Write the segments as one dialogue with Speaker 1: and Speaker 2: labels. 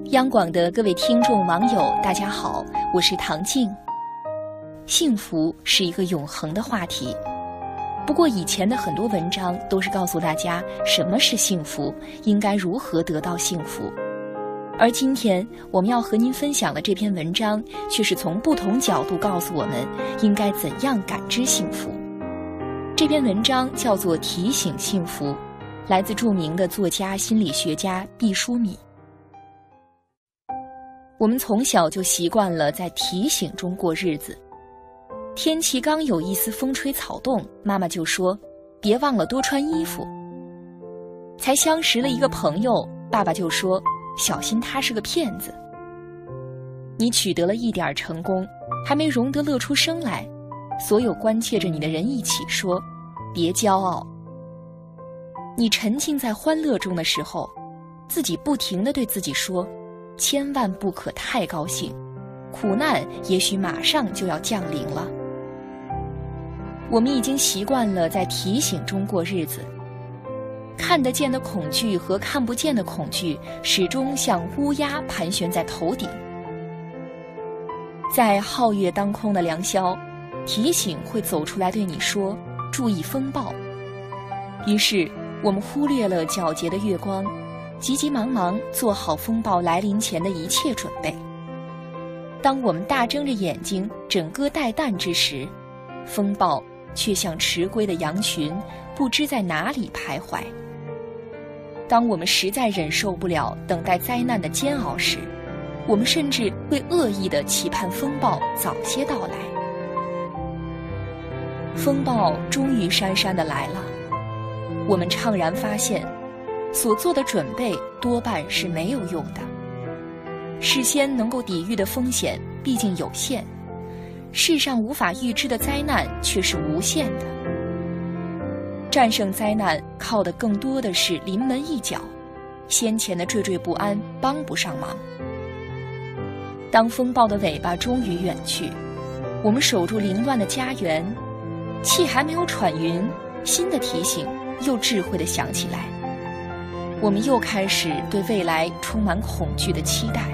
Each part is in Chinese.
Speaker 1: 央广的各位听众网友大家好，我是唐静。幸福是一个永恒的话题，不过以前的很多文章都是告诉大家什么是幸福，应该如何得到幸福。而今天我们要和您分享的这篇文章却是从不同角度告诉我们应该怎样感知幸福。这篇文章叫做《提醒幸福》，来自著名的作家心理学家毕淑敏。我们从小就习惯了在提醒中过日子，天气刚有一丝风吹草动，妈妈就说别忘了多穿衣服。才相识了一个朋友，爸爸就说小心他是个骗子。你取得了一点成功，还没容得乐出声来，所有关切着你的人一起说别骄傲。你沉浸在欢乐中的时候，自己不停地对自己说千万不可太高兴，苦难也许马上就要降临了。我们已经习惯了在提醒中过日子，看得见的恐惧和看不见的恐惧始终像乌鸦盘旋在头顶。在皓月当空的良宵，提醒会走出来对你说注意风暴。于是我们忽略了皎洁的月光，急急忙忙做好风暴来临前的一切准备。当我们大睁着眼睛枕戈待旦之时，风暴却像迟归的羊群，不知在哪里徘徊。当我们实在忍受不了等待灾难的煎熬时，我们甚至会恶意地期盼风暴早些到来。风暴终于姗姗地来了，我们怅然发现所做的准备多半是没有用的。事先能够抵御的风险毕竟有限，世上无法预知的灾难却是无限的。战胜灾难靠的更多的是临门一脚，先前的惴惴不安帮不上忙。当风暴的尾巴终于远去，我们守住凌乱的家园，气还没有喘匀，新的提醒又智慧地响起来，我们又开始对未来充满恐惧的期待。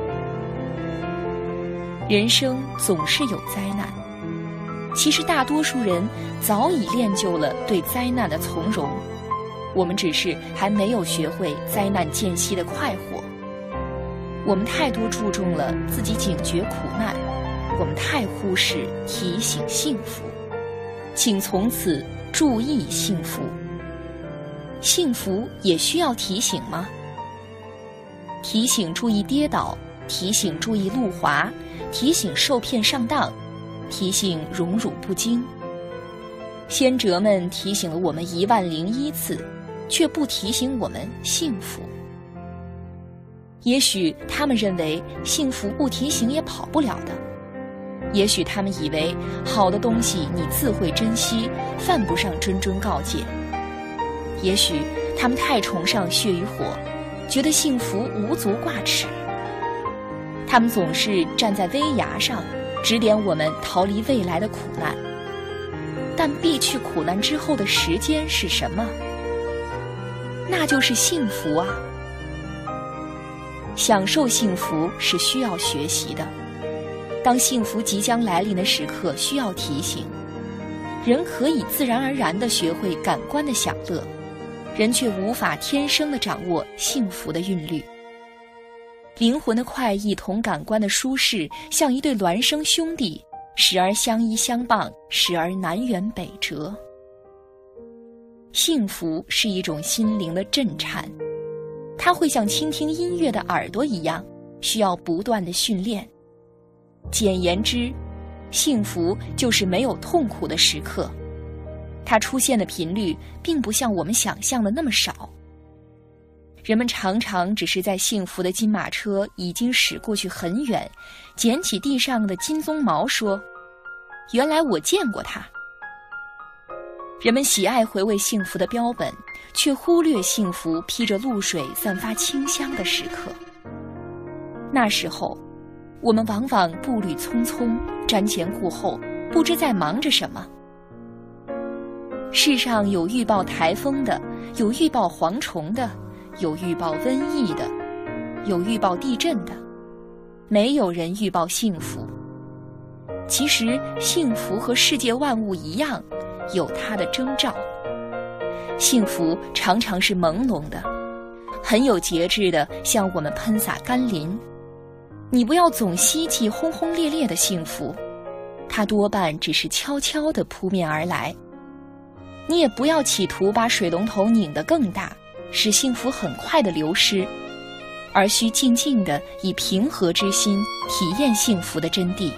Speaker 1: 人生总是有灾难，其实大多数人早已练就了对灾难的从容，我们只是还没有学会灾难间隙的快活。我们太多注重了自己警觉苦难，我们太忽视提醒幸福。请从此注意幸福。幸福也需要提醒吗？提醒注意跌倒，提醒注意路滑，提醒受骗上当，提醒荣辱不惊。先哲们提醒了我们10001次，却不提醒我们幸福。也许他们认为幸福不提醒也跑不了的，也许他们以为好的东西你自会珍惜，犯不上谆谆告诫。也许他们太崇尚血与火，觉得幸福无足挂齿。他们总是站在危崖上，指点我们逃离未来的苦难。但避去苦难之后的时间是什么？那就是幸福啊！享受幸福是需要学习的。当幸福即将来临的时刻，需要提醒。人可以自然而然地学会感官的享乐，人却无法天生地掌握幸福的韵律。灵魂的快意同感官的舒适，像一对孪生兄弟，时而相依相傍，时而南辕北辙。幸福是一种心灵的震颤，它会像倾听音乐的耳朵一样，需要不断的训练。简言之，幸福就是没有痛苦的时刻，它出现的频率并不像我们想象的那么少。人们常常只是在幸福的金马车已经驶过去很远，捡起地上的金鬃毛说，原来我见过它。人们喜爱回味幸福的标本，却忽略幸福披着露水散发清香的时刻。那时候我们往往步履匆匆，瞻前顾后，不知在忙着什么。世上有预报台风的，有预报蝗虫的，有预报瘟疫的， 有预报地震的，没有人预报幸福。其实幸福和世界万物一样，有它的征兆。幸福常常是朦胧的，很有节制地向我们喷洒甘霖。你不要总希冀轰轰烈烈的幸福，它多半只是悄悄地扑面而来。你也不要企图把水龙头拧得更大，使幸福很快地流失，而需静静地以平和之心体验幸福的真谛。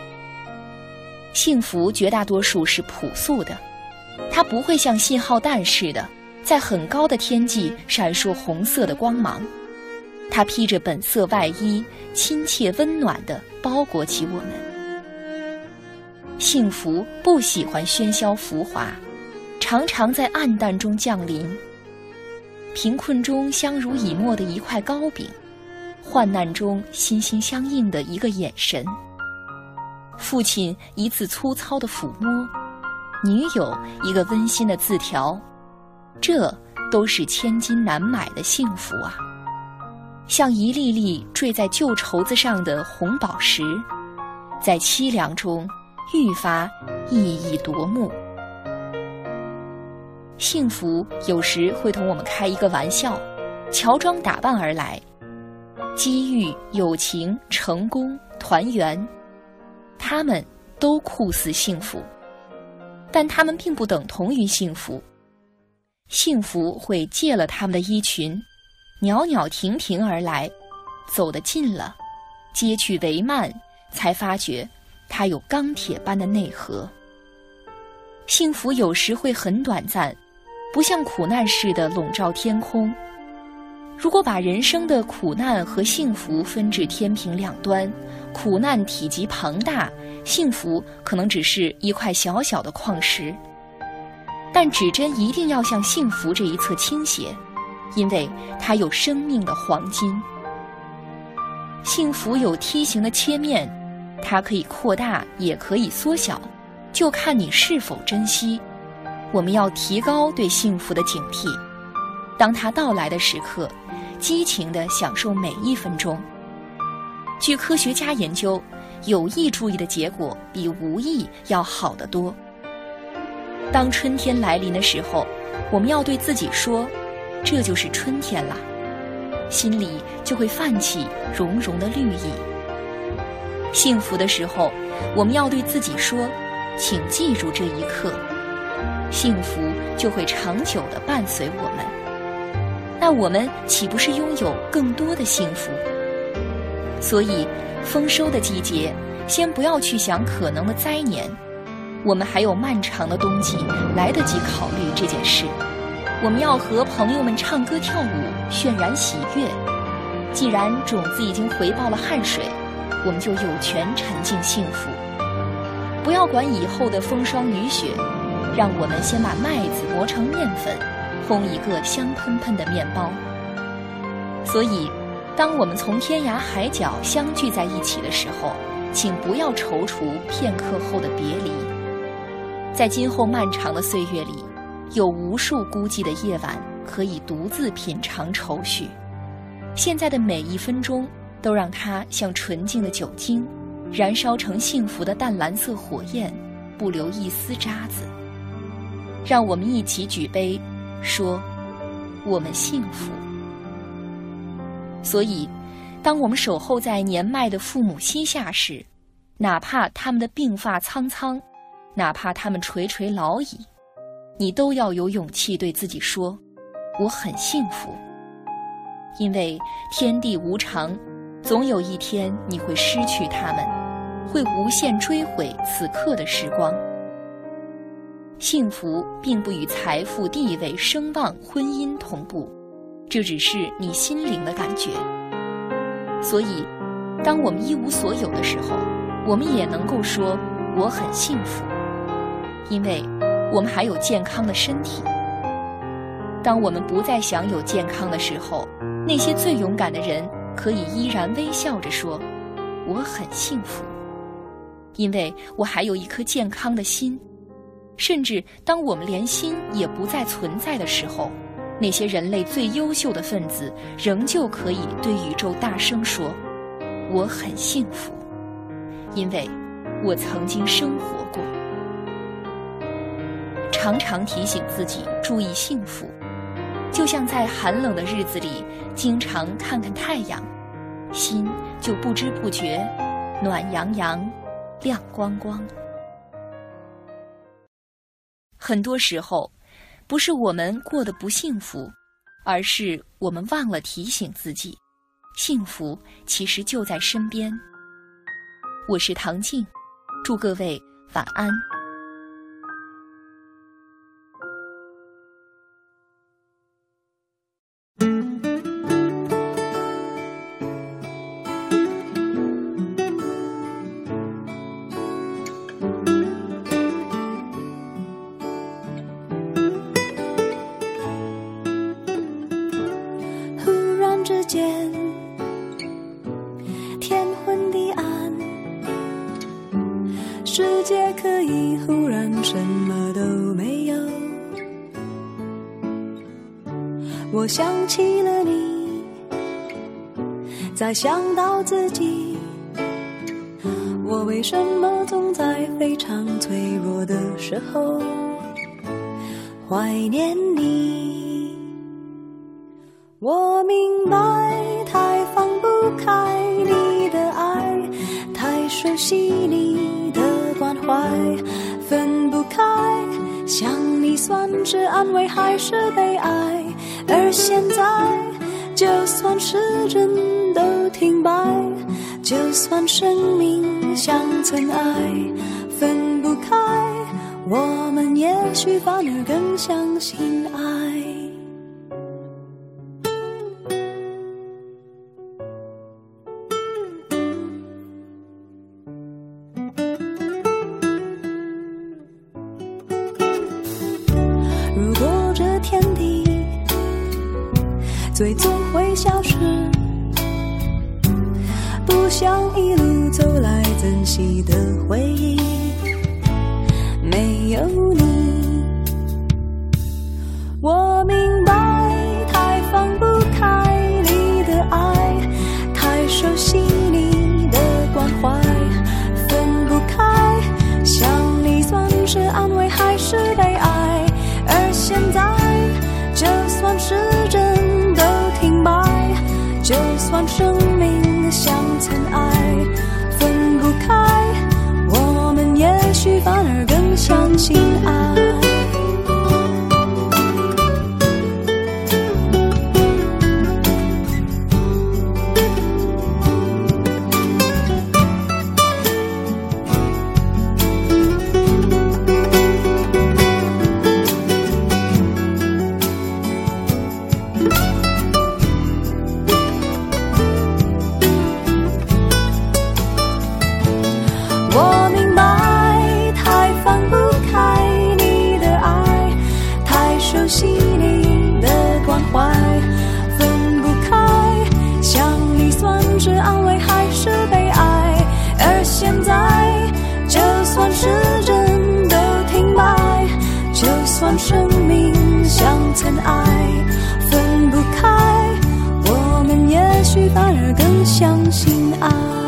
Speaker 1: 幸福绝大多数是朴素的，它不会像信号弹似的，在很高的天际闪烁红色的光芒。它披着本色外衣，亲切温暖地包裹起我们。幸福不喜欢喧嚣浮华，常常在暗淡中降临。贫困中相濡以沫的一块糕饼，患难中心心相印的一个眼神，父亲一次粗糙的抚摸，女友一个温馨的字条，这都是千金难买的幸福啊！像一粒粒坠在旧绸子上的红宝石，在凄凉中愈发熠熠夺目。幸福有时会同我们开一个玩笑，乔装打扮而来。机遇、友情、成功、团圆，他们都酷似幸福，但他们并不等同于幸福。幸福会借了他们的衣裙，袅袅婷婷而来，走得近了，揭去帷幔，才发觉它有钢铁般的内核。幸福有时会很短暂，不像苦难似的笼罩天空。如果把人生的苦难和幸福分至天平两端，苦难体积庞大，幸福可能只是一块小小的矿石。但指针一定要向幸福这一侧倾斜，因为它有生命的黄金。幸福有梯形的切面，它可以扩大也可以缩小，就看你是否珍惜。我们要提高对幸福的警惕，当它到来的时刻，激情地享受每一分钟。据科学家研究，有意注意的结果比无意要好得多。当春天来临的时候，我们要对自己说，这就是春天啦，心里就会泛起融融的绿意。幸福的时候，我们要对自己说，请记住这一刻，幸福就会长久地伴随我们。那我们岂不是拥有更多的幸福？所以丰收的季节，先不要去想可能的灾年，我们还有漫长的冬季，来得及考虑这件事。我们要和朋友们唱歌跳舞，渲染喜悦。既然种子已经回报了汗水，我们就有权沉浸幸福。不要管以后的风霜雨雪，让我们先把麦子磨成面粉，烘一个香喷喷的面包。所以当我们从天涯海角相聚在一起的时候，请不要踌躇片刻后的别离。在今后漫长的岁月里，有无数孤寂的夜晚可以独自品尝愁绪。现在的每一分钟，都让它像纯净的酒精，燃烧成幸福的淡蓝色火焰，不留一丝渣子。让我们一起举杯，说我们幸福。所以当我们守候在年迈的父母膝下时，哪怕他们的鬓发苍苍，哪怕他们垂垂老矣，你都要有勇气对自己说，我很幸福。因为天地无常，总有一天你会失去他们，会无限追悔此刻的时光。幸福并不与财富、地位、声望、婚姻同步，这只是你心灵的感觉。所以当我们一无所有的时候，我们也能够说我很幸福，因为我们还有健康的身体。当我们不再享有健康的时候，那些最勇敢的人可以依然微笑着说我很幸福，因为我还有一颗健康的心。甚至当我们连心也不再存在的时候， 那些人类最优秀的分子仍旧可以对宇宙大声说：“我很幸福，因为我曾经生活过。”常常提醒自己注意幸福，就像在寒冷的日子里经常看看太阳，心就不知不觉暖洋洋、亮光光。很多时候，不是我们过得不幸福，而是我们忘了提醒自己，幸福其实就在身边。我是唐静，祝各位晚安。
Speaker 2: 之间天昏地暗，世界可以忽然什么都没有。我想起了你，再想到自己，我为什么总在非常脆弱的时候怀念你？我明白，太放不开你的爱，太熟悉你的关怀，分不开，想你算是安慰还是悲哀？而现在，就算时针都停摆，就算生命像尘埃，分不开，我们也许反而更相信爱。如果这天地最终会消失，不想一路走来珍惜的回忆没有你。我明白，太放不开你的爱，太熟悉你的关怀，分不开，想你算是安慰还是悲哀？而现在，就算时针都停摆，就算生命像尘埃，分不开，我们也许反而更相信爱。我明白，太放不开你的爱，太熟悉你的关怀，分不开，想你算是安慰还是悲哀？而现在，就算时针都停摆，就算生命像尘埃，分不开，我们也许反而更相信爱。